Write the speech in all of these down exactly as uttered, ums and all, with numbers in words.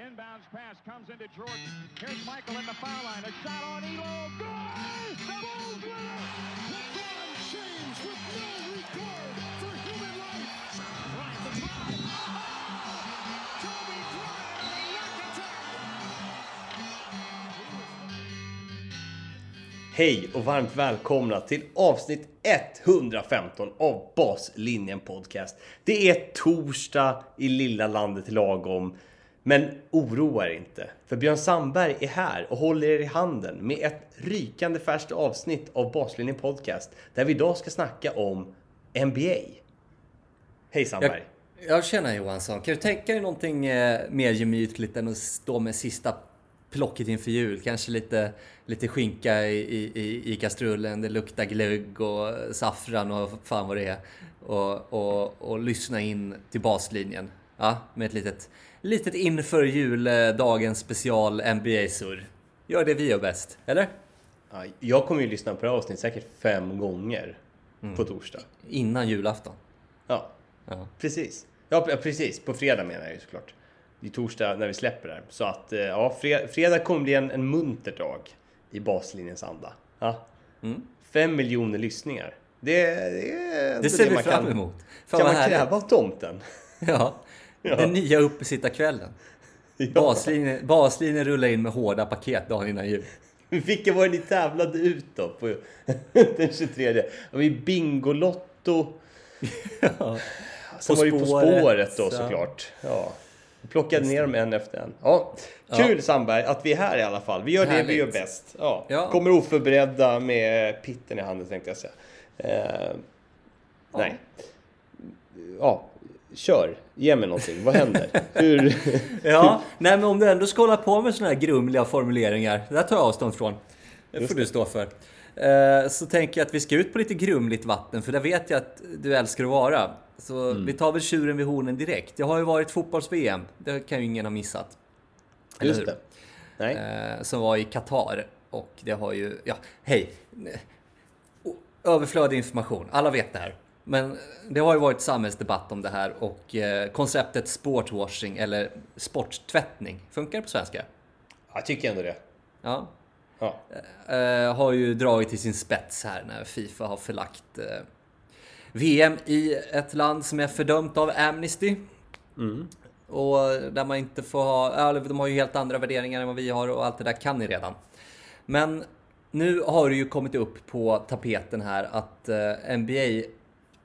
inbounds pass comes into Jordan. Here's Michael in the foul line. A shot on Elo. Good! The Bulls win it! LeBron James with no regard for human life. Bryant the drive. Oh! Kobe Bryant on a rack attack. Hej och varmt välkomna till avsnitt etthundrafemton av Baslinjen podcast. Det är torsdag i lilla landet lagom. Men oroa er inte, för Björn Sandberg är här och håller er i handen med ett rykande färskt avsnitt av Baslinjen podcast, där vi idag ska snacka om N B A. Hej Sandberg. Jag, jag känner Johansson, kan du tänka dig någonting eh, mer gemytligt än att stå med sista plocket inför jul? Kanske lite, lite skinka i, i, i kastrullen, det luktar glögg och saffran och fan vad det är. Och, och, och lyssna in till Baslinjen, ja, med ett litet... Litet inför juldagens special N B A-surr. Gör det vi gör bäst, eller? Ja, jag kommer ju lyssna på det här avsnitt säkert fem gånger mm. på torsdag. Innan julafton. Ja, ja. precis. Ja, precis. På fredag menar jag ju såklart. Det är torsdag när vi släpper det här. Så att, ja, fredag kommer bli en, en munter dag i Baslinjens anda. Ja. Mm. Fem miljoner lyssningar. Det, det, det ser det vi man fram kan, emot. Fan, kan man härligt. Kräva av tomten? Ja. Ja. Den nya uppesittarkvällen. Ja. Baslinjen, baslinjen rullar in med hårda paket dagen innan jul. Vilka var det ni tävlade ut då på den tjugotredje? Det var ju Bingolotto. Ja. Sen var det ju På spåret då såklart. Ja. Vi plockade ner dem en efter en. Ja. Kul ja. Sandberg att vi är här i alla fall. Vi gör Härligt. Det vi gör bäst. Ja. Ja. Kommer oförberedda med pitten i handen tänkte jag säga. Eh, ja. Nej. Ja. Kör, ge mig någonting. Vad händer? Hur? Ja, nej men om du ändå ska hålla på med såna här grumliga formuleringar, det där tar jag avstånd från. Det får Just du stå för. Eh, så tänker jag att vi ska ut på lite grumligt vatten, för det vet jag att du älskar att vara. Så mm. vi tar väl tjuren vid hornen direkt. Det har ju varit fotbolls-V M, det kan ju ingen ha missat. Eller Just hur? det. Nej. Eh, som var i Qatar. Och det har ju, ja, hej. Överflödig information, alla vet det här. Men det har ju varit samhällsdebatt om det här och eh, konceptet sportwashing eller sporttvättning, funkar det på svenska? Jag tycker ändå det. Ja. ja. Eh, har ju dragit till sin spets här när FIFA har förlagt eh, V M i ett land som är fördömt av Amnesty. Mm. Och där man inte får ha, eller de har ju helt andra värderingar än vad vi har och allt det där kan ni redan. Men nu har det ju kommit upp på tapeten här att eh, N B A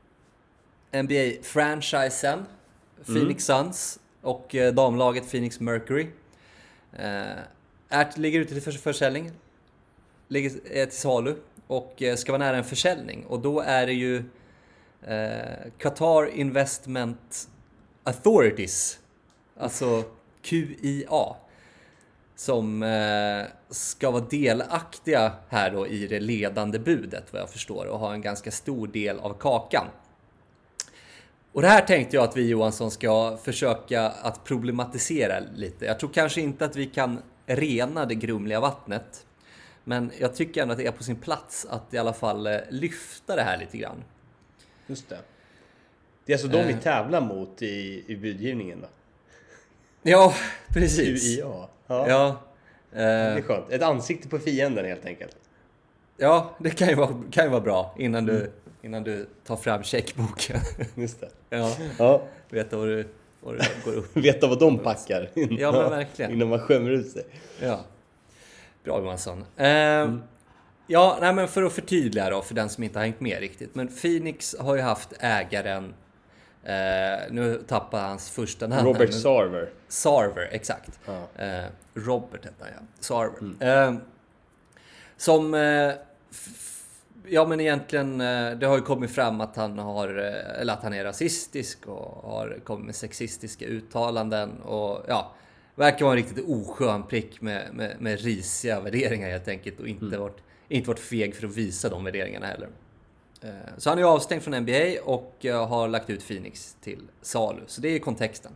N B A-franchisen Phoenix mm. Suns och eh, damlaget Phoenix Mercury eh, är, ligger ute till försäljning, ligger är till salu och eh, ska vara nära en försäljning. Och då är det ju eh, Qatar Investment Authorities, alltså Q I A, som eh, ska vara delaktiga här då i det ledande budet, vad jag förstår, och ha en ganska stor del av kakan. Och det här tänkte jag att vi Johansson ska försöka att problematisera lite. Jag tror kanske inte att vi kan rena det grumliga vattnet. Men jag tycker ändå att det är på sin plats att i alla fall lyfta det här lite grann. Just det. Det är alltså de vi tävlar mot i, i budgivningen då? Ja, precis. Q I A. Ja. ja. Det är skönt. Ett ansikte på fienden helt enkelt. Ja, det kan ju vara, kan ju vara bra innan du... Mm. Innan du tar fram checkboken. Just det. Ja. ja. Veta vad du, vad du går upp. Veta vad de packar. Innan, ja, men verkligen. Innan man skämmer ut sig. Ja. Bra Johansson. Eh, mm. Ja, nej, men för att förtydliga då, för den som inte har hängt med riktigt. Men Phoenix har ju haft ägaren. Eh, nu tappar hans första namn. Robert Sarver. Sarver, exakt. Ja. Eh, Robert heter han, ja. Sarver. Mm. Eh, som... Eh, Ja, men egentligen, det har ju kommit fram att han har, eller att han är rasistisk och har kommit med sexistiska uttalanden och ja, verkar vara en riktigt oskön prick med, med, med risiga värderingar helt enkelt och inte, mm. varit, inte varit feg för att visa de värderingarna heller. Så han är ju avstängd från N B A och har lagt ut Phoenix till salu, så det är kontexten.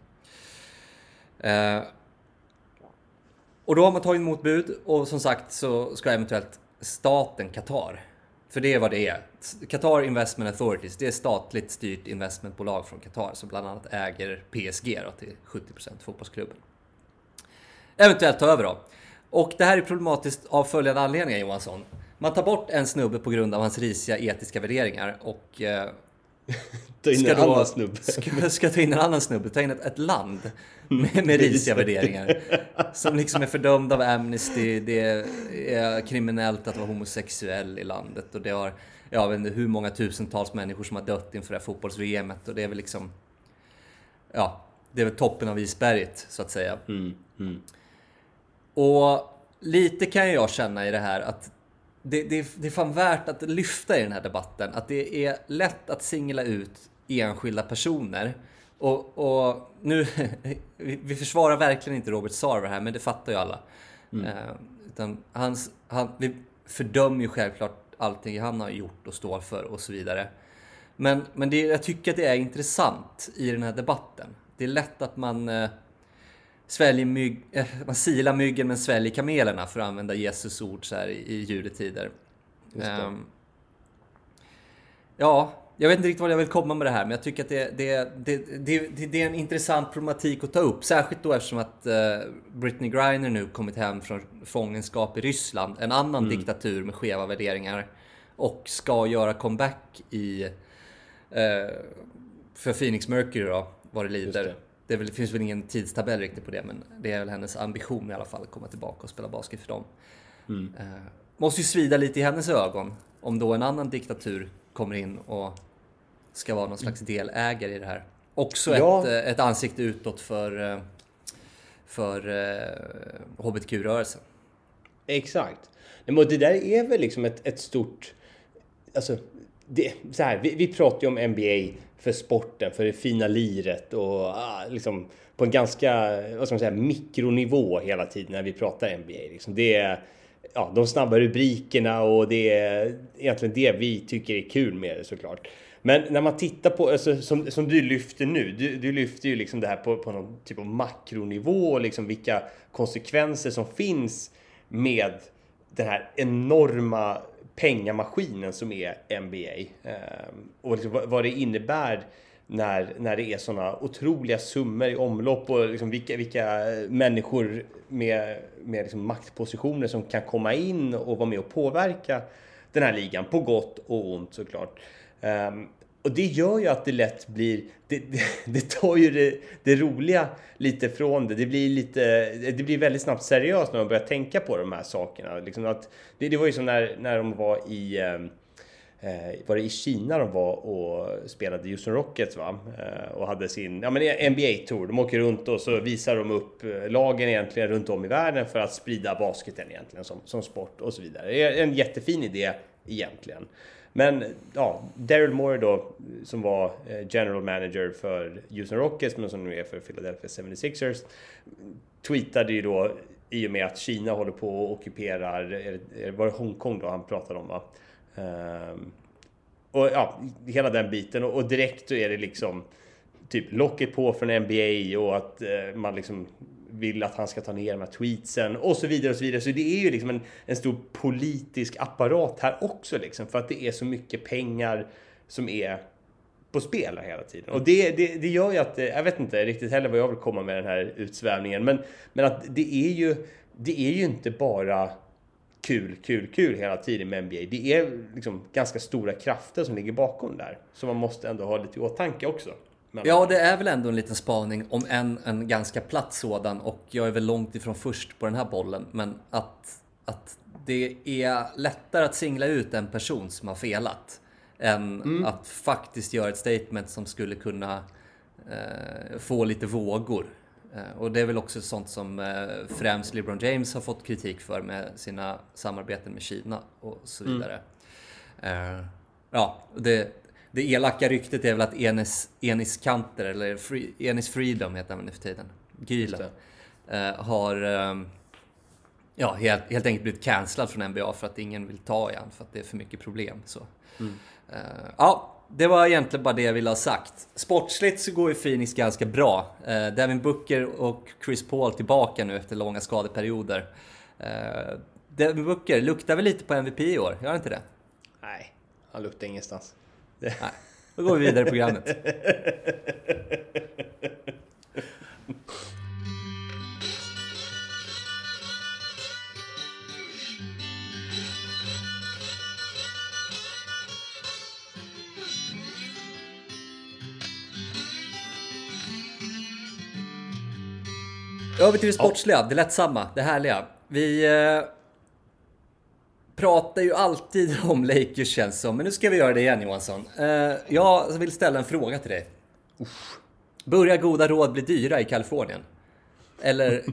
Och då har man tagit emot bud och som sagt så ska eventuellt staten Qatar, för det är vad det är. Qatar Investment Authorities, det är statligt styrt investmentbolag från Qatar som bland annat äger P S G då, till sjuttio procent fotbollsklubben. eventuellt ta över då. Och det här är problematiskt av följande anledningar, Johansson. Man tar bort en snubbe på grund av hans risiga etiska värderingar och eh, ta in ska, en då, annan snubbe. Ska, ska ta in en annan snubbe, ta in ett, ett land med, med risiga värderingar som liksom är fördömd av Amnesty. Det är kriminellt att vara homosexuell i landet och det har, jag vet inte hur många tusentals människor som har dött inför det här fotbolls-V M-et och det är väl liksom, ja, det är väl toppen av isberget så att säga. Mm, mm. Och lite kan jag känna i det här att det, det, det är fan värt att lyfta i den här debatten. Att det är lätt att singla ut enskilda personer. Och, och nu, vi försvarar verkligen inte Robert Sarver här, men det fattar ju alla. Mm. Eh, utan hans, han, vi fördömer ju självklart allting han har gjort och står för och så vidare. Men, men det, jag tycker att det är intressant i den här debatten. Det är lätt att man... Eh, sväljer mygg, eh, man silar myggen men sväljer kamelerna, för att använda Jesus ord så här i, i juletider. Um, ja, jag vet inte riktigt vad jag vill komma med det här, men jag tycker att det, det, det, det, det, det är en intressant problematik att ta upp. Särskilt då eftersom att uh, Brittney Griner nu kommit hem från fångenskap i Ryssland, en annan mm. diktatur med skeva värderingar, och ska göra comeback i uh, för Phoenix Mercury då, vad det lider. Det, väl, det finns väl ingen tidstabell riktigt på det, men det är väl hennes ambition i alla fall att komma tillbaka och spela basket för dem. Mm. Eh, måste ju svida lite i hennes ögon om då en annan diktatur kommer in och ska vara någon slags delägare i det här. Också ja. ett, ett ansikte utåt för, för eh, H B T Q-rörelsen. Exakt. Men det där är väl liksom ett, ett stort... Alltså, det, så här, vi, vi pratar ju om N B A för sporten, för det fina liret och ah, liksom på en ganska, vad ska man säga, mikronivå hela tiden när vi pratar N B A. Liksom. Det är ja, de snabba rubrikerna och det är egentligen det vi tycker är kul med det, såklart. Men när man tittar på, alltså, som, som du lyfter nu, du, du lyfter ju liksom det här på, på någon typ av makronivå och liksom vilka konsekvenser som finns med den här enorma pengamaskinen som är N B A. Ehm, och liksom vad, vad det innebär när, när det är sådana otroliga summor i omlopp och liksom vilka, vilka människor med, med liksom maktpositioner som kan komma in och vara med och påverka den här ligan på gott och ont, såklart. Um, och det gör ju att det lätt blir, det, det, det tar ju det, det roliga lite från det. Det blir lite, det blir väldigt snabbt seriöst när man börjar tänka på de här sakerna. Liksom att, det, det var ju som när, när de var i, eh, var det i Kina de var och spelade Houston Rockets, va? Eh, och hade sin ja, men N B A-tour. De åker runt och så visar de upp lagen egentligen runt om i världen för att sprida basketen egentligen som, som sport och så vidare. Det är en jättefin idé egentligen. Men ja, Daryl Morey då, som var general manager för Houston Rockets men som nu är för Philadelphia seventy-sixers, tweetade ju då i och med att Kina håller på och ockuperar, var det Hongkong då han pratade om, va? Um, och ja, hela den biten, och, och direkt så är det liksom typ locket på från N B A och att uh, man liksom vill att han ska ta ner de här tweetsen och så vidare och så vidare. Så det är ju liksom en, en stor politisk apparat här också liksom, för att det är så mycket pengar som är på spel hela tiden. Och det, det, det gör ju att, jag vet inte riktigt heller vad jag vill komma med den här utsvävningen, men, men att det är ju det är ju inte bara kul, kul, kul hela tiden med N B A. Det är liksom ganska stora krafter som ligger bakom där, så man måste ändå ha lite i åtanke också. Men... Ja, det är väl ändå en liten spaning om en, en ganska platt sådan, och jag är väl långt ifrån först på den här bollen, men att, att det är lättare att singla ut en person som har felat än mm. att faktiskt göra ett statement som skulle kunna eh, få lite vågor. Eh, och det är väl också sånt som eh, främst LeBron James har fått kritik för med sina samarbeten med Kina och så vidare. Mm. Eh, ja, det... Det elaka ryktet är väl att Enis, Enis Kanter, eller Free, Enis Freedom heter han nu för tiden, Gyla, eh, har eh, ja, helt, helt enkelt blivit cancellad från N B A för att ingen vill ta i han, för att det är för mycket problem. Så. Mm. Eh, ja, det var egentligen bara det jag ville ha sagt. Sportsligt så går ju Phoenix ganska bra. Eh, Devin Booker och Chris Paul tillbaka nu efter långa skadeperioder. Eh, Devin Booker luktar väl lite på M V P i år, gör han inte det? Nej, han luktar ingenstans. Nej, då går vi vidare i programmet. Över till det sportsliga, det lättsamma, det härliga. Vi eh, pratar ju alltid om Lakers, känns som. Men nu ska vi göra det igen, Johansson. Eh, jag vill ställa en fråga till dig. Uff. Börjar goda råd bli dyra i Kalifornien? Eller,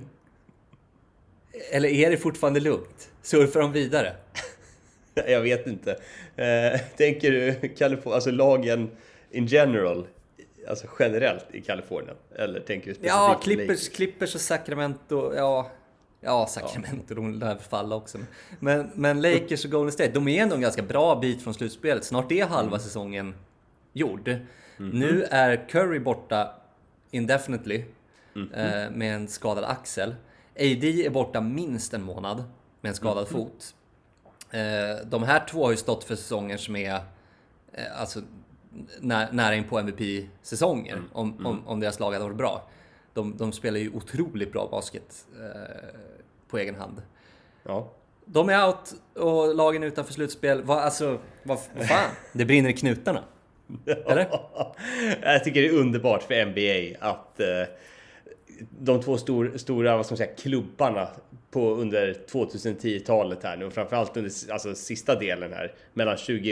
eller är det fortfarande lugnt? Surfar de vidare? Jag vet inte. Eh, tänker du Kalifornien, alltså lagen in general, alltså generellt i Kalifornien? Eller tänker du specifikt? Ja, Clippers, Clippers och Sacramento, ja... Ja, Sacramento, ja. De lär falla också. Men, men Lakers och Golden State, de är ändå en ganska bra bit från slutspelet. Snart är halva mm. säsongen gjord. Mm-hmm. Nu är Curry borta indefinitely mm-hmm. eh, med en skadad axel. A D är borta minst en månad med en skadad mm-hmm. fot. Eh, de här två har ju stått för säsonger som är eh, alltså, när, nära in på M V P-säsonger mm. om, mm. om, om deras lag hade varit bra. De, de spelar ju otroligt bra basket eh, på egen hand. Ja. De är out och lagen utanför slutspel. Va, alltså, vad, vad fan? Det brinner i knutarna. Eller? Jag tycker det är underbart för N B A att eh, de två stor, stora vad ska man säga, klubbarna på under tjugohundratio-talet här nu, och framförallt under alltså, sista delen här mellan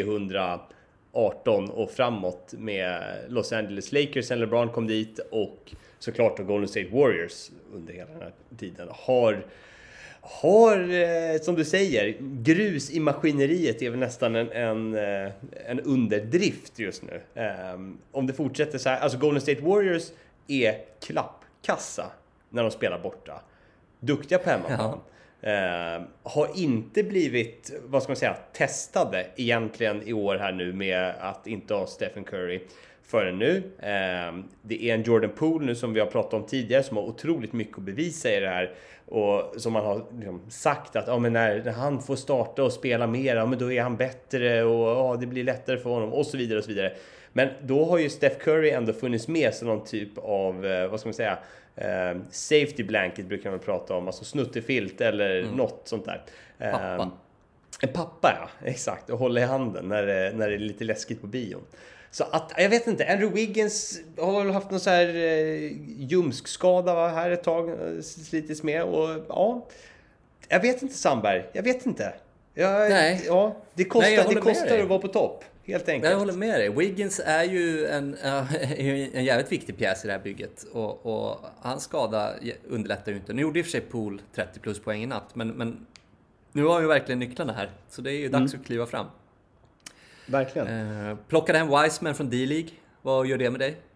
tjugoarton och framåt med Los Angeles Lakers sen LeBron kom dit och såklart och Golden State Warriors under hela den här tiden har har som du säger grus i maskineriet är väl nästan en, en, en underdrift just nu. Um, om det fortsätter så här, alltså Golden State Warriors är klappkassa när de spelar borta. Duktiga på hemmaplan. Ja. Uh, har inte blivit, vad ska man säga, testade egentligen i år här nu med att inte ha Stephen Curry förrän nu. Uh, det är en Jordan Poole nu som vi har pratat om tidigare som har otroligt mycket att bevisa i det här. Och som man har liksom sagt att ja, men när, när han får starta och spela mer, ja, men då är han bättre och ja, det blir lättare för honom och så vidare och så vidare. Men då har ju Steph Curry ändå funnits med som någon typ av, eh, vad ska man säga, eh, safety blanket brukar man prata om, alltså snuttefilt eller mm. något sånt där. Pappa. Eh, en pappa, ja, exakt, och hålla i handen när, när det är lite läskigt på bion. Så att, jag vet inte, Andrew Wiggins har väl haft någon så här eh, ljumskskada va, här ett tag, slitits med och ja, jag vet inte Sandberg, jag vet inte. Jag, Nej. Ja, det kostar, Nej, det kostar att vara på topp, helt enkelt. Jag håller med dig, Wiggins är ju en, en jävligt viktig pjäs i det här bygget och, och hans skada underlättar ju inte. Nu gjorde i och för sig Poole trettio plus poäng i natt, men, men nu har vi verkligen nycklarna här, så det är ju dags mm. att kliva fram. Verkligen. Eh, plockade hem Wiseman från D-League. Vad gör det med dig?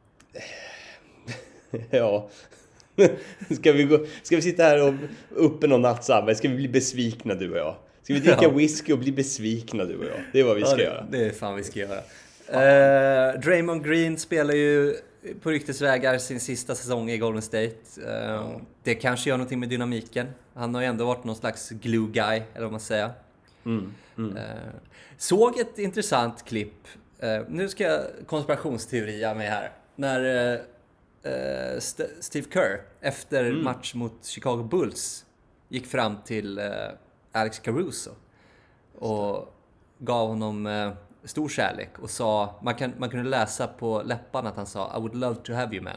Ja. Ska vi, gå, ska vi sitta här och uppe någon natt samman? Ska vi bli besvikna du och jag? Ska vi dricka ja. whisky och bli besvikna du och jag? Det är vad vi ska ja, det, göra. Det är fan vi ska göra. Eh, Draymond Green spelar ju på ryktesvägar sin sista säsong i Golden State. Eh, ja. Det kanske gör någonting med dynamiken. Han har ju ändå varit någon slags glue guy, eller vad man säger. Mm, mm. Eh, såg ett intressant klipp. Eh, nu ska jag konspirationsteoria med här. När eh, St- Steve Kerr efter mm. match mot Chicago Bulls gick fram till eh, Alex Caruso och gav honom eh, stor kärlek och sa, man, kan, man kunde läsa på läpparna att han sa I would love to have you man.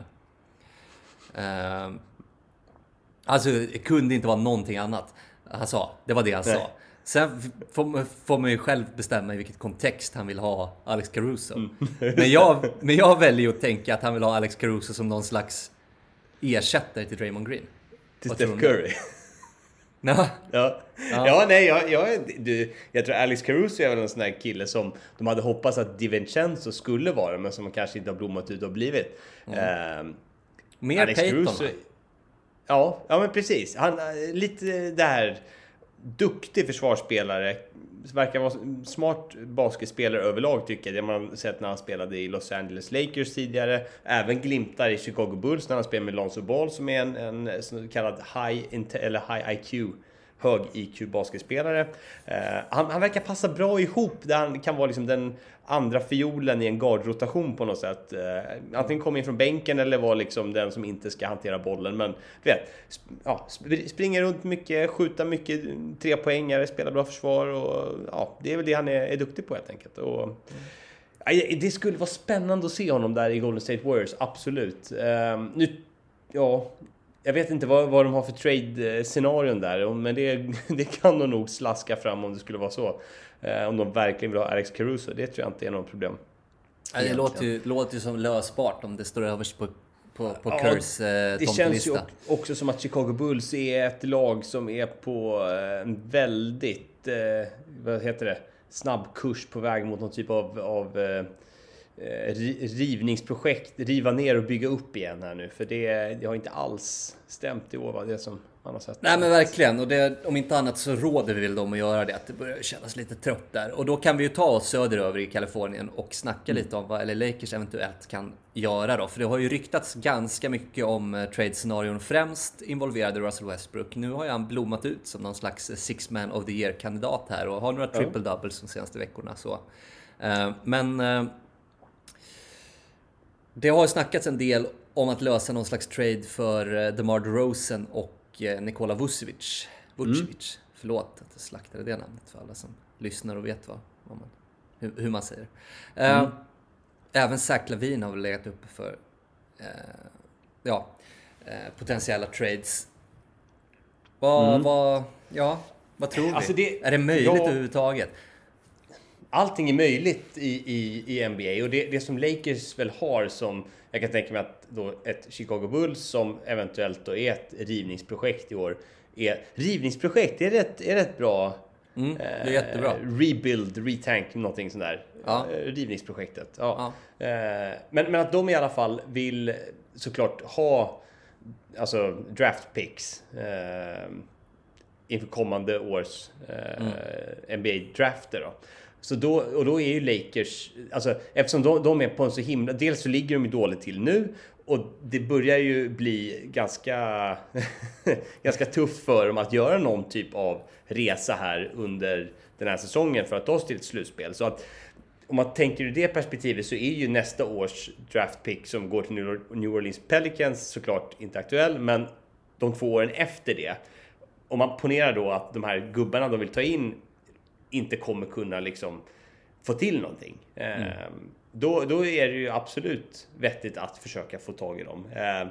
Eh, alltså det kunde inte vara någonting annat han sa, det var det han Nej. sa. Sen får, får man ju själv bestämma i vilket kontext han vill ha Alex Caruso. Mm. men, jag, men jag väljer att tänka att han vill ha Alex Caruso som någon slags ersättare till Draymond Green. Till Steph Curry. ja. Ja. Ja. ja, nej, jag, jag, du, jag tror Alex Caruso är väl en sån där kille som de hade hoppats att DiVincenzo skulle vara, men som kanske inte har blommat ut och blivit. Mm. Uh, Mer Alex Payton, Caruso, ja, ja, men precis. Han lite där duktig försvarsspelare, verkar vara smart basketspelare överlag tycker jag. Det man har sett när han spelade i Los Angeles Lakers tidigare, även glimtar i Chicago Bulls när han spelade med Lonzo Ball som är en, en så kallad high, eller high I Q, hög I Q basketspelare. Uh, han, han verkar passa bra ihop där han kan vara liksom den andra fiolen i en guardrotation på något sätt. Uh, antingen komma in från bänken eller vara liksom den som inte ska hantera bollen. Men du vet, sp- ja, sp- springer runt mycket, skjuta mycket tre poängare, spelar bra försvar och ja, det är väl det han är, är duktig på helt enkelt. Och, mm. ja, det skulle vara spännande att se honom där i Golden State Warriors, absolut. Uh, nu, ja... jag vet inte vad, vad de har för trade-scenarion där, men det, det kan de nog slaska fram om det skulle vara så. Eh, om de verkligen vill ha Alex Caruso, det tror jag inte är något problem. Ja, det låter ju, låter ju som lösbart om det står överst på, på, på ja, Kurs eh, det känns ju också som att Chicago Bulls är ett lag som är på en väldigt, eh, vad heter det, snabb kurs på väg mot någon typ av, av eh, rivningsprojekt, riva ner och bygga upp igen här nu, för det, det har inte alls stämt i år, va? Det som man har sett. Nej men verkligen, och det, om inte annat så råder vi väl dem att göra det, att det börjar kännas lite trött där, och då kan vi ju ta oss söderöver i Kalifornien och snacka mm. lite om vad L A Lakers eventuellt kan göra då, för det har ju ryktats ganska mycket om uh, trade-scenarion, främst involverade Russell Westbrook. Nu har ju han blommat ut som någon slags six man of the year-kandidat här och har några triple-doubles de senaste veckorna så. Uh, men uh, det har snackats en del om att lösa någon slags trade för DeMar DeRozan och Nikola Vucevic. Vucevic, mm. förlåt att jag slaktade det namnet för alla som lyssnar och vet vad, vad man, hur, hur man säger. Mm. Uh, även Zach LaVine har väl legat uppe för uh, ja, uh, potentiella trades. Vad, mm. vad, ja, vad tror vi? Alltså det, är det möjligt ja, överhuvudtaget? Allting är möjligt i, i, i N B A, och det, det som Lakers väl har, som jag kan tänka mig att då ett Chicago Bulls som eventuellt då är ett rivningsprojekt i år, är rivningsprojekt är rätt, är rätt bra. Mm, det är jättebra. Eh, rebuild, retank, någonting sånt där. Ja. Eh, rivningsprojektet. Ja. Ja. Eh, men, men att de i alla fall vill såklart ha alltså draft picks eh, inför kommande års eh, mm. N B A-drafter då. Så då, och då är ju Lakers, alltså eftersom de, de är på en så himla, dels så ligger de ju dåligt till nu, och det börjar ju bli ganska ganska tufft för dem att göra någon typ av resa här under den här säsongen för att ta sig till ett slutspel. Så att om man tänker ur det perspektivet så är ju nästa års draft pick som går till New Orleans Pelicans såklart inte aktuell, men de två åren efter det, om man ponerar då att de här gubbarna de vill ta in inte kommer kunna liksom få till någonting. Mm. Eh, då, då är det ju absolut vettigt att försöka få tag i dem. Eh,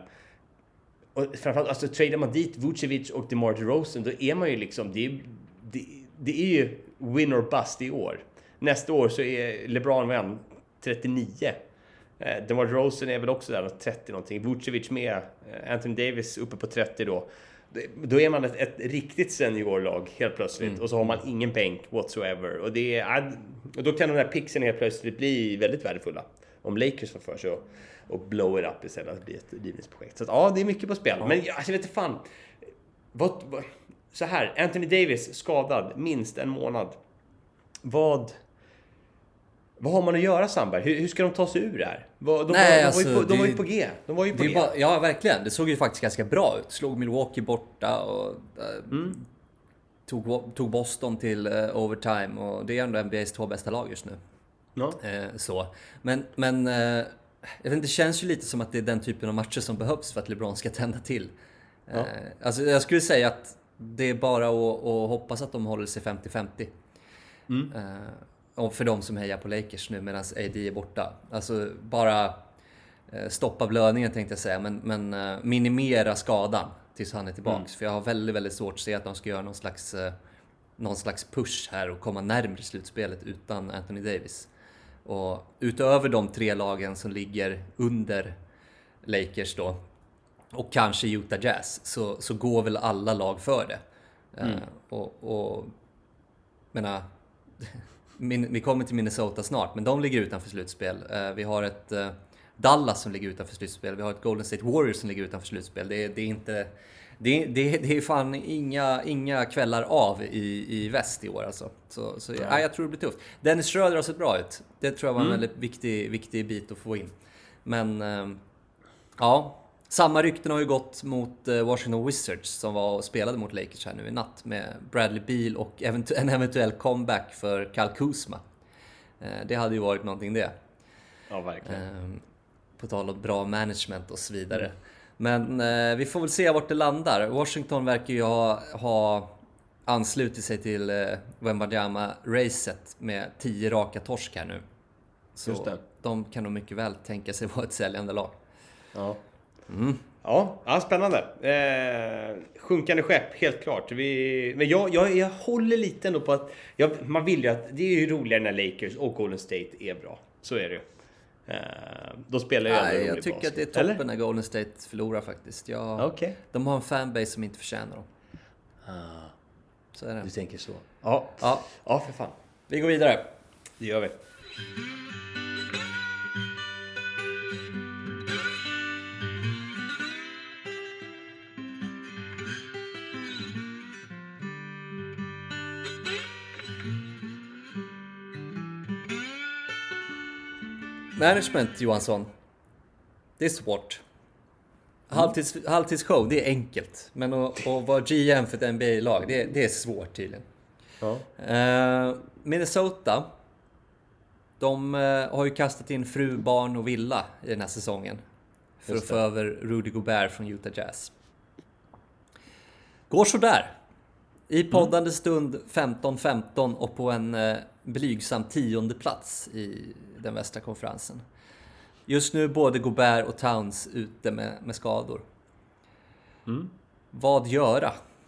och framförallt, alltså tradar man dit Vucevic och DeMar DeRozan, då är man ju liksom, det är, det, det är ju win or bust i år. Nästa år så är LeBron vän trettionio. Eh, DeMar DeRozan är väl också där trettio någonting. Vucevic med, eh, Anthony Davis uppe på trettio då. Då är man ett, ett riktigt seniorlag helt plötsligt. Mm. Och så har man ingen bänk whatsoever. Och, det är, och då kan de där pixen helt plötsligt bli väldigt värdefulla. Om Lakers får för sig och, och blow it up istället för att bli ett rivningsprojekt. Så att, ja, det är mycket på spel. Ja. Men alltså, jag vet inte fan. Vad, vad, så här, Anthony Davis skadad minst en månad. Vad... Vad har man att göra, Sandberg? Hur, hur ska de ta sig ur det här? De, Nej, de, alltså, var, ju på, de det, var ju på G. De var ju på G. Bara, ja, verkligen. Det såg ju faktiskt ganska bra ut. Slog Milwaukee borta och äh, mm. tog, tog Boston till äh, overtime. Och det är ändå N B A:s två bästa lag just nu. Ja. Äh, så. Men, men äh, jag vet inte, det känns ju lite som att det är den typen av matcher som behövs för att LeBron ska tända till. Ja. Äh, alltså, jag skulle säga att det är bara att, att hoppas att de håller sig femtio femtio. Mm. Äh, Och för de som hejar på Lakers nu medan A D är borta. Alltså bara stoppa blödningen tänkte jag säga. Men, men minimera skadan tills han är tillbaka. Mm. För jag har väldigt, väldigt svårt att se att de ska göra någon slags, någon slags push här och komma närmare slutspelet utan Anthony Davis. Och utöver de tre lagen som ligger under Lakers då, och kanske Utah Jazz, så, så går väl alla lag för det. Mm. Uh, och, och menar... Vi kommer till Minnesota snart, men de ligger utanför slutspel. Vi har ett Dallas som ligger utanför slutspel. Vi har ett Golden State Warriors som ligger utanför slutspel. Det är, det är inte... Det är, det är, det är fan inga, inga kvällar av i, i väst i år alltså. Så, så ja, jag tror det blir tufft. Dennis Schröder har sett bra ut. Det tror jag var en mm. väldigt viktig, viktig bit att få in. Men ja... Samma rykten har ju gått mot Washington Wizards som var och spelade mot Lakers här nu i natt med Bradley Beal och eventu- en eventuell comeback för Kyle Kuzma. Det hade ju varit någonting det. Ja, verkligen. På tal om bra management och så vidare. Mm. Men eh, vi får väl se vart det landar. Washington verkar ju ha, ha anslutit sig till eh, Wembanyama-racet med tio raka torsk här nu. Så Just det. De kan nog mycket väl tänka sig vara ett säljande lag. Ja. Mm. Ja, ja spännande. Eh, sjunkande skepp, helt klart. Vi, men jag, jag, jag håller lite ändå på att... Jag, man vill ju att... Det är ju roligare när Lakers och Golden State är bra. Så är det ju. Eh, då spelar ju Nej, ändå jag rolig tycker basket. att det är toppen Eller? när Golden State förlorar faktiskt. Jag, Okay. De har en fanbase som inte förtjänar dem. Ah, Så är det. du tänker så. Ja, Ja, ja för fan. vi går vidare. Det gör vi. Management, Johansson. Det är svårt. Halvtids, halvtidsshow, det är enkelt. Men att, att vara G M för ett N B A-lag, det, det är svårt tydligen. Ja. Uh, Minnesota, de uh, har ju kastat in fru, barn och villa i den här säsongen. För att få över Rudy Gobert från Utah Jazz. Går så där. I poddande stund femton femton och på en uh, blygsam tionde plats i den västra konferensen. Just nu både Gobert och Towns ute med, med skador. Mm. Vad göra?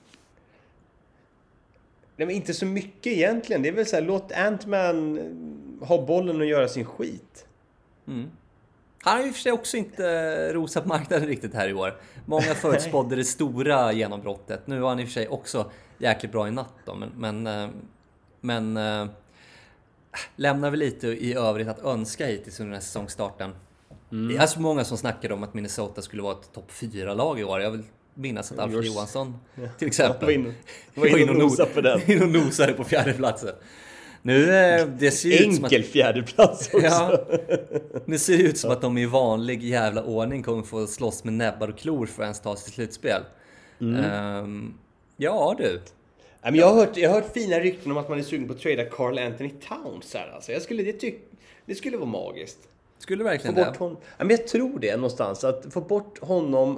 Nej, men inte så mycket egentligen. Det är väl så här, låt Ant-Man ha bollen och göra sin skit. Mm. Han har ju för sig också inte rosat marknaden riktigt här i år. Många förutspådde det stora genombrottet. Nu har han i och för sig också jäkligt bra i natt då. Men, men, men äh, lämnar vi lite i övrigt att önska hittills under den här säsongstarten. Mm. Det är så många som snackar om att Minnesota skulle vara ett topp fyra lag i år. Jag vill minnas att Alfred Johansson ja. till exempel var inne var in och nosade på den. In och nosade på fjärdeplatsen. Nu det ser ut enkel som att, fjärdeplats också. Ja, nu ser det ut som att de i vanlig jävla ordning kommer få slåss med näbbar och klor för att ens ta sig till slutspel. Mm. Um, ja du. Jag har, hört, jag har hört fina rykten om att man är sugen på att trada Karl Anthony Towns här. Alltså. Jag skulle, det, tyck, det skulle vara magiskt. Skulle verkligen få bort det? Hon, men jag tror det någonstans. Att få bort honom,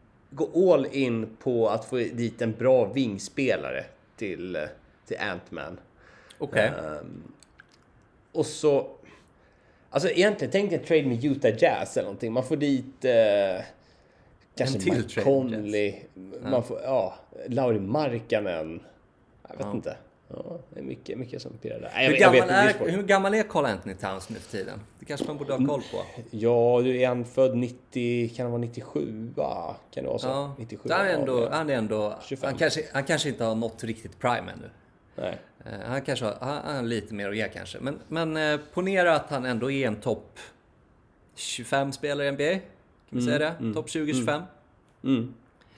gå all in på att få dit en bra vingspelare till, till Ant-Man. Okej. Okay. Um, och så... Alltså egentligen, tänk en trade med Utah Jazz eller någonting. Man får dit... Uh, kanske Mike Conley. Man ja. får, ja, Lauri Markkanen. Jag vet ja. inte. Ja, det är mycket, mycket som pirrar där. Hur, gammal jag vet, är, hur gammal är Karl Anthony Towns nu för tiden? Det kanske man borde ha koll på. Ja, du är han född nittio, kan han vara nittiosju? Va? Kan det vara så? Ja. nittiosju. Han är ändå, han är ändå han, kanske, han kanske inte har nått riktigt prime ännu. Nej. Uh, han kanske har, han, han har lite mer att ge kanske. Men, men uh, ponera att han ändå är en topp tjugofem spelare i N B A. Kan vi mm, säga det? Mm, topp tjugo tjugofem. Mm. Mm.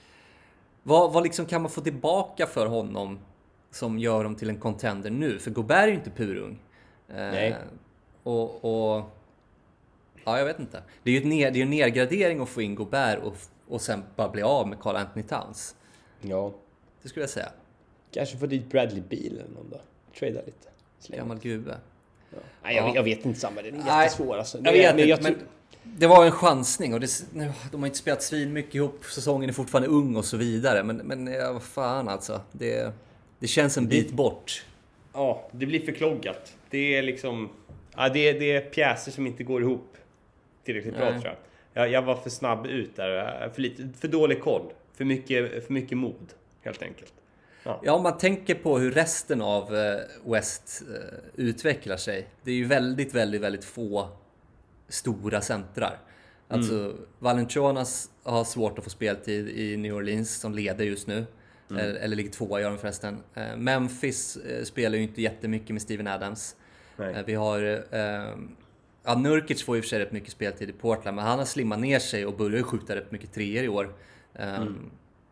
Vad, vad liksom kan man få tillbaka för honom som gör dem till en contender nu? För Gobert är ju inte purung. Nej. Uh, och, och... Ja, jag vet inte. Det är ju ett ner, det är en nedgradering att få in Gobert och, och sen bara bli av med Karl Anthony Towns. Ja. Det skulle jag säga. Kanske få dit Bradley Beal eller någon då. Trada lite. Släng. Gammal gubbe. Ja. Nej, jag, ja. jag vet inte samma. Det är jättesvår. Alltså. Jag vet inte, jag men det var en chansning. Och det, de har inte spelat svin mycket ihop. Säsongen är fortfarande ung och så vidare. Men, men ja, vad fan alltså. Det, det känns en bit bort. Ja, det blir förkloggat. Det är liksom... Ja, det, är, det är pjäser som inte går ihop tillräckligt bra, tror jag. jag. Jag var för snabb ut där. För, lite, för dålig koll. För mycket, för mycket mod, helt enkelt. Ja. ja, om man tänker på hur resten av West utvecklar sig. Det är ju väldigt, väldigt, väldigt få stora centrar. Alltså, mm. Valanciunas har svårt att få speltid i New Orleans som leder just nu. Mm. Eller, eller ligger tvåa, gör de förresten. Memphis spelar ju inte jättemycket med Steven Adams. Nej. Vi har... Ja, Nurkic får ju för sig rätt mycket speltid i Portland. Men han har slimmat ner sig och börjar skjuta rätt mycket treor i år. Mm.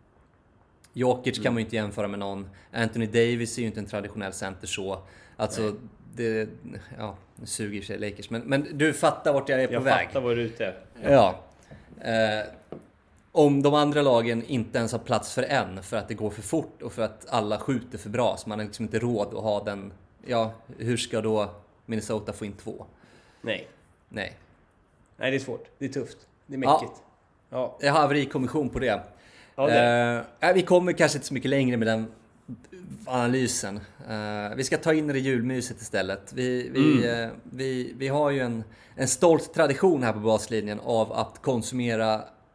Jokic kan man ju inte jämföra med någon. Anthony Davis är ju inte en traditionell center så. Alltså, det, ja, nu suger sig Lakers. Men, men du fattar vart jag är på jag väg. Jag fattar var du är ute. Ja. Eh, om de andra lagen inte ens har plats för en, för att det går för fort och för att alla skjuter för bra, så man har liksom inte råd att ha den. Ja, hur ska då Minnesota få in två? Nej. Nej. Nej, det är svårt. Det är tufft. Det är mäktigt. Ja. Jag har haverikommission på det. Ja, det. Uh, vi kommer kanske inte så mycket längre med den analysen. Uh, vi ska ta in det julmyset istället. Vi, vi, mm. uh, vi, vi har ju en, en stolt tradition här på baslinjen av att konsumera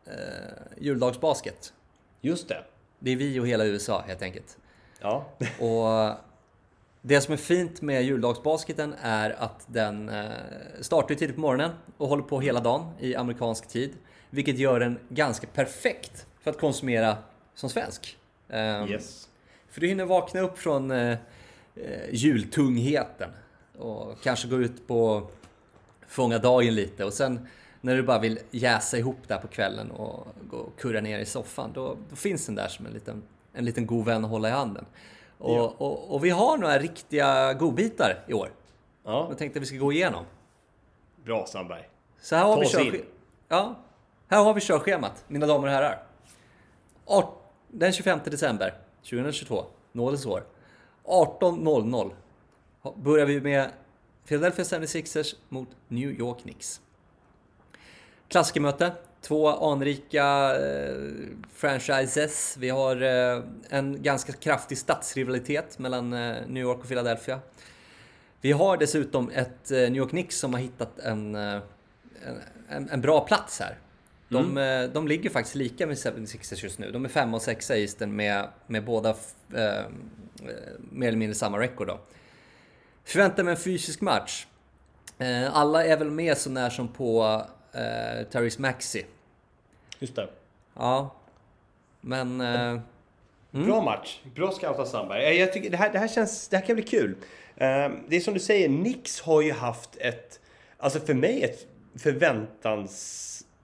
eh, juldagsbasket. Just det. Det är vi och hela U S A helt enkelt. Ja. Och det som är fint med juldagsbasketen är att den eh, startar tidigt på morgonen och håller på hela dagen i amerikansk tid. Vilket gör den ganska perfekt för att konsumera som svensk. Um, Yes. För du hinner vakna upp från eh, jultungheten och kanske gå ut på fånga dagen lite. Och sen när du bara vill jäsa ihop där på kvällen och gå och kurra ner i soffan, då, då finns den där som en liten, en liten god vän att hålla i handen. Och, Ja. och, och vi har några riktiga godbitar i år. Ja. Jag tänkte att vi ska gå igenom. Bra, Sandberg. Så här har Ta vi oss körske- in. Ja, här har vi körschemat, mina damer och herrar. Art- Den tjugofemte december tjugohundratjugotvå, nådens år. arton noll noll börjar vi med Philadelphia seventy-sixers mot New York Knicks. Klassikermöte. Två anrika eh, franchises. Vi har eh, en ganska kraftig stadsrivalitet mellan eh, New York och Philadelphia. Vi har dessutom ett eh, New York Knicks som har hittat en, eh, en, en bra plats här. De, Mm. eh, de ligger faktiskt lika med seventy-sixers just nu. De är fem och sexa i Eastern med, med båda eh, mer eller mindre samma record då. Förväntar mig en fysisk match. Eh, alla är väl med så när som på eh, Tyrese Maxey. Just det. Ja. Men... Eh, Bra match. Bra scoutat, Sandberg. Jag tycker det här, det här känns... Det här kan bli kul. Eh, Det är som du säger, Knicks har ju haft ett... Alltså för mig ett förväntans...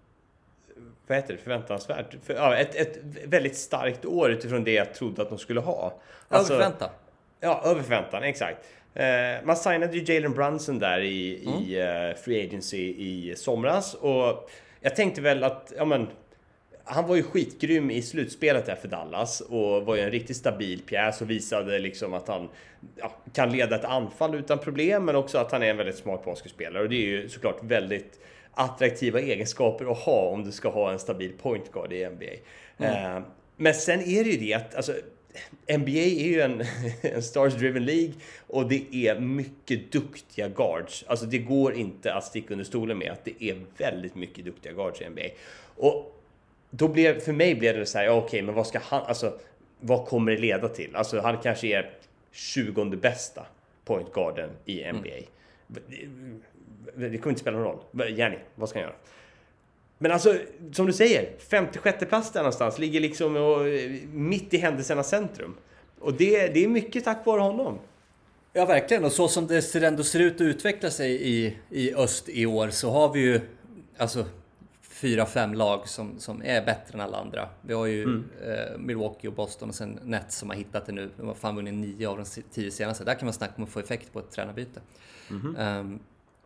Vad heter det? Förväntansvärt. För, ja, ett, ett väldigt starkt år utifrån det jag trodde att de skulle ha. Alltså, över förväntan. Ja, över förväntan, exakt. Eh, man signade ju Jalen Brunson där i, mm. i uh, Free Agency i somras. Och jag tänkte väl att, ja men, han var ju skitgrym i slutspelet där för Dallas. Och var ju en riktigt stabil pjäs och visade liksom att han ja, kan leda ett anfall utan problem. Men också att han är en väldigt smart basketspelare. Och det är ju såklart väldigt attraktiva egenskaper att ha om du ska ha en stabil point guard i N B A. Mm. Eh, men sen är det ju det att, alltså, N B A är ju en, en stars-driven League och det är mycket duktiga guards. Alltså det går inte att sticka under stolen med att det är väldigt mycket duktiga guards i N B A. Och då blev, för mig blev det så här, ja, okej, men vad ska han, alltså vad kommer det leda till? Alltså han kanske är tjugonde bästa point guarden i N B A. Mm. Det kommer inte spela någon roll. Jenny, vad ska han göra? Men alltså, som du säger, femte-sjätte plats där någonstans ligger liksom och, mitt i händelsernas centrum. Och det, det är mycket tack vare honom. Ja, verkligen. Och så som det ändå ser ut att utveckla sig i, i öst i år så har vi ju alltså fyra, fem lag som, som är bättre än alla andra. Vi har ju mm. eh, Milwaukee och Boston och sen Nets som har hittat det nu. De har fan vunnit nio av de tio senaste. Där kan man snacka om att få effekt på ett tränarbyte. Mm-hmm. Um,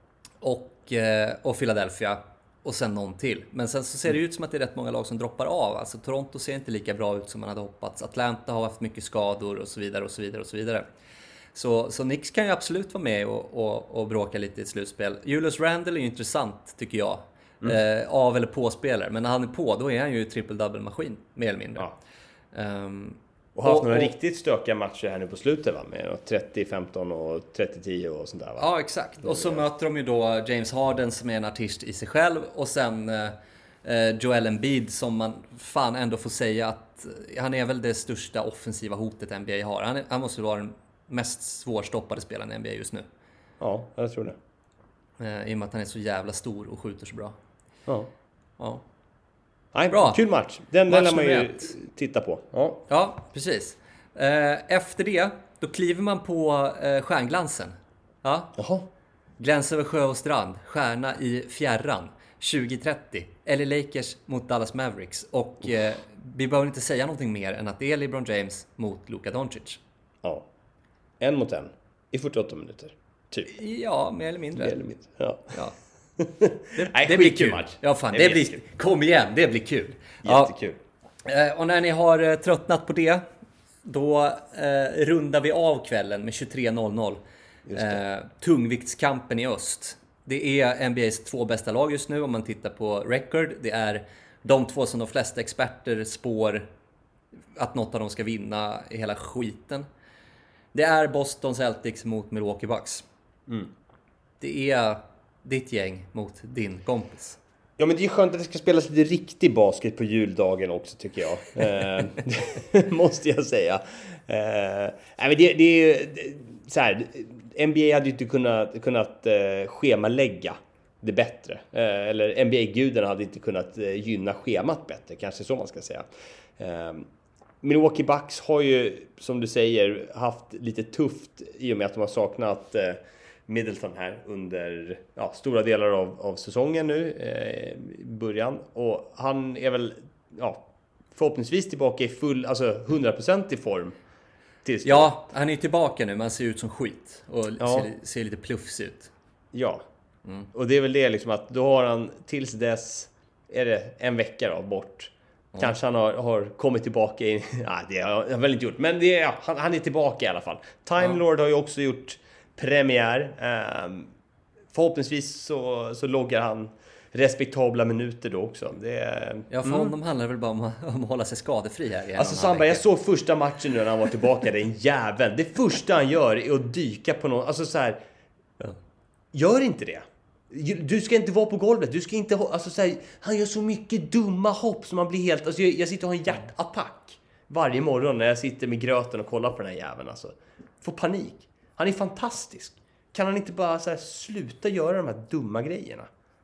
och, eh, och Philadelphia. Och sen någon till. Men sen så ser det ut som att det är rätt många lag som droppar av. Alltså Toronto ser inte lika bra ut som man hade hoppats. Atlanta har haft mycket skador och så vidare och så vidare och så vidare. Så, så Knicks kan ju absolut vara med och, och, och bråka lite i ett slutspel. Julius Randle är ju intressant tycker jag. Mm. Eh, av eller på spelare. Men när han är på då är han ju triple-double-maskin. Mer eller mindre. Ja. Um, och har haft några och, riktigt stökiga matcher här nu på slutet va? Med trettio femton och trettio tio och sånt där va? Ja exakt. Och så möter de ju då James Harden som är en artist i sig själv. Och sen eh, Joel Embiid som man fan ändå får säga att han är väl det största offensiva hotet N B A har. Han, är, han måste vara den mest svårstoppade spelaren i N B A just nu. Ja, jag tror det. Eh, I och med att han är så jävla stor och skjuter så bra. Ja. Ja. Nej, bra. Kul match. Den lär man ju ett. titta på. Ja, ja precis. Eh, efter det, då kliver man på eh, stjärnglansen. Ja. Jaha. Gläns över sjö och strand. Stjärna i fjärran. tjugo trettio. L A Lakers mot Dallas Mavericks. Och eh, vi behöver inte säga någonting mer än att det är LeBron James mot Luka Doncic. Ja. En mot en. I fyrtioåtta minuter. Typ. Ja, mer eller mindre. Mer eller mindre. Ja. Ja. Det, Nej, det blir kul. match. Ja, fan. Det Det blir blir, kom igen, det blir kul. Jättekul. Ja. Och när ni har tröttnat på det, då eh, rundar vi av kvällen med tjugotre noll noll. Eh, tungviktskampen i öst. Det är N B A:s två bästa lag just nu om man tittar på record. Det är de två som de flesta experter spår att något av dem ska vinna i hela skiten. Det är Boston Celtics mot Milwaukee Bucks. Mm. Det är ditt gäng mot din kompis. Ja, men det är skönt att det ska spelas lite riktig basket på juldagen också, tycker jag. Eh, måste jag säga. Eh, nej, men det, det är så här, N B A hade ju inte kunnat, kunnat eh, schemalägga det bättre. Eh, eller N B A-gudarna hade inte kunnat eh, gynna schemat bättre, kanske så man ska säga. Eh, Milwaukee Bucks har ju, som du säger, haft lite tufft i och med att de har saknat eh, Middleton här under ja, stora delar av, av säsongen nu eh, i början. Och han är väl ja, förhoppningsvis tillbaka i full, alltså hundra procent i form. Ja, han är tillbaka nu, man ser ut som skit och ja. ser, ser lite pluffs ut. Ja, mm. och det är väl det liksom att då har han tills dess, är det en vecka då, bort. Ja. Kanske han har, har kommit tillbaka i, nej det har han väl inte gjort, men det är, ja, han, han är tillbaka i alla fall. Time ja. Lord har ju också gjort premiär. Um, förhoppningsvis så, så loggar han respektabla minuter då också. Det är, ja, för mm. honom handlar det väl bara om att, om att hålla sig skadefri här. Alltså Samba, jag såg första matchen nu när han var tillbaka. Det är en jävel. Det första han gör är att dyka på någon. Alltså så här, ja. Gör inte det. Du ska inte vara på golvet. Du ska inte ha, alltså så här, han gör så mycket dumma hopp som man blir helt, alltså jag, jag sitter och har en hjärtattack varje morgon när jag sitter med gröten och kollar på den här jäveln alltså. Får panik. Han är fantastisk. Kan han inte bara så här, sluta göra de här dumma grejerna?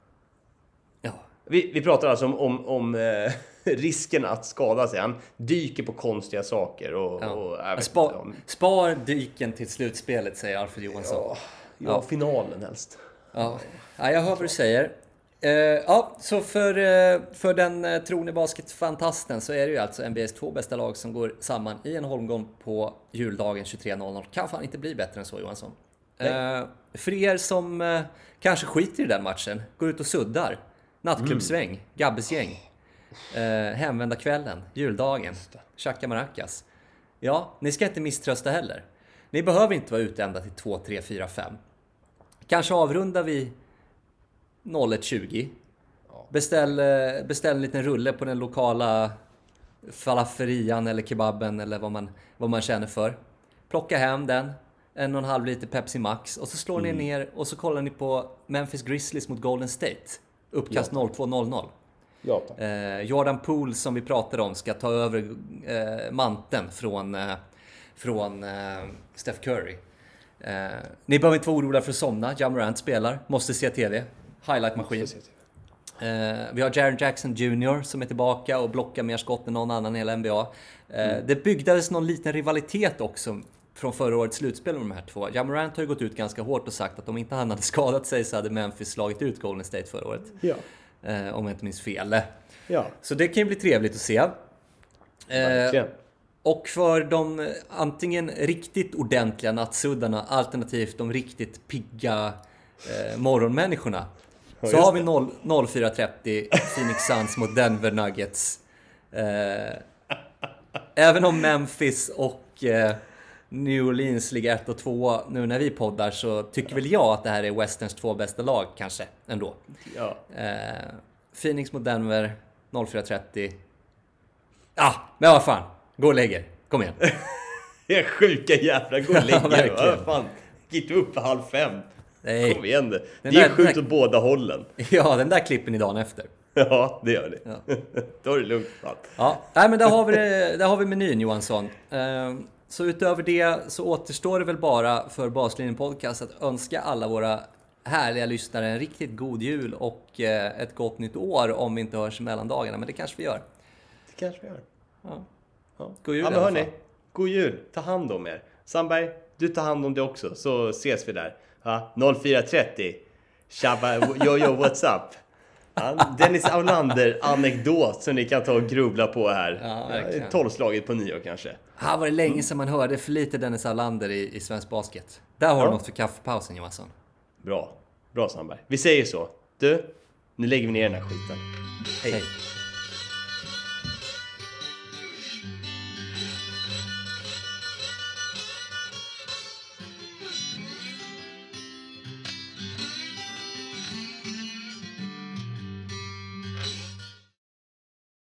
Ja. Vi, vi pratar alltså om, om, om eh, risken att skada sig. Han dyker på konstiga saker. Och, ja. och, jag vet Spar, inte om... spar dyken till slutspelet, säger Alfred Johansson. Ja, ja, ja. Finalen helst. Ja. Ja, jag hör vad du säger. Uh, ja, så för, uh, för den uh, trogne basketfantasten så är det ju alltså N B A:s två bästa lag som går samman i en holmgång på juldagen tjugotre noll noll. Kan fan inte bli bättre än så, Johansson. Uh, för er som uh, kanske skiter i den matchen, går ut och suddar, nattklubbsväng, mm. gabbesgäng, uh, hemvända kvällen, juldagen, tjacka maracas. Ja, ni ska inte misströsta heller. Ni behöver inte vara ute ända till två, tre, fyra, fem. Kanske avrundar vi noll ett tjugo. Beställ, beställ en liten rulle på den lokala falaferian eller kebaben eller vad man, vad man känner för. Plocka hem den, en och en halv liter Pepsi Max och så slår mm. ni ner och så kollar ni på Memphis Grizzlies mot Golden State. Uppkast ja. noll två noll noll. Ja, eh, Jordan Poole som vi pratade om ska ta över eh, manteln från, eh, från eh, Steph Curry. Eh, ni behöver inte vara oroliga för att somna. Ja Morant spelar, måste se tv. Highlight-maskin. Eh, vi har Jaren Jackson junior som är tillbaka och blockar mer skott än någon annan i hela N B A. Eh, mm. Det byggdes någon liten rivalitet också från förra årets slutspel med de här två. Ja Morant har ju gått ut ganska hårt och sagt att om inte han hade skadat sig så hade Memphis slagit ut Golden State förra året. Ja. Eh, om jag inte minns fel. Ja. Så det kan ju bli trevligt att se. Eh, och för de antingen riktigt ordentliga nattsuddarna alternativt de riktigt pigga eh, morgonmänniskorna ja, så har vi noll fyra trettio Phoenix Suns mot Denver Nuggets. Eh, även om Memphis och eh, New Orleans ligger ett och två nu när vi poddar så tycker väl jag att det här är Westerns två bästa lag kanske ändå. Ja. Eh, Phoenix mot Denver noll fyra trettio. Ja, ah, men vad fan. Gå och lägger. Kom igen. Det är sjuka jävla gå och lägger. Ja, fan. Gitt upp halv fem. Nej. Kom igen det. Det där, är sjukt åt båda hållen. Ja, den där klippen i dagen efter. Ja, det gör det. Ja. Då är det lugnt. Fan. Ja, nej, men där har vi det, där har vi menyn, Johansson. Så utöver det så återstår det väl bara för Baslinjen Podcast att önska alla våra härliga lyssnare en riktigt god jul och ett gott nytt år om vi inte hörs mellan dagarna. Men det kanske vi gör. Det kanske vi gör. Ja. Ja. God jul, ja, men hörni, god jul. Ta hand om er. Sandberg, du tar hand om det också. Så ses vi där. Ja, noll fyra trettio. Shabba, yo, yo, what's up? Ja, Dennis Aulander anekdot som ni kan ta och grubbla på här. Ja, tolvslaget på nio kanske. Här var det länge sedan man hörde för lite Dennis Aulander i, i svensk basket. Där har ja. du något för kaffepausen, Johansson. Bra. Bra, Sandberg. Vi säger så. Du, nu lägger vi ner den här skiten. Hej. Hej.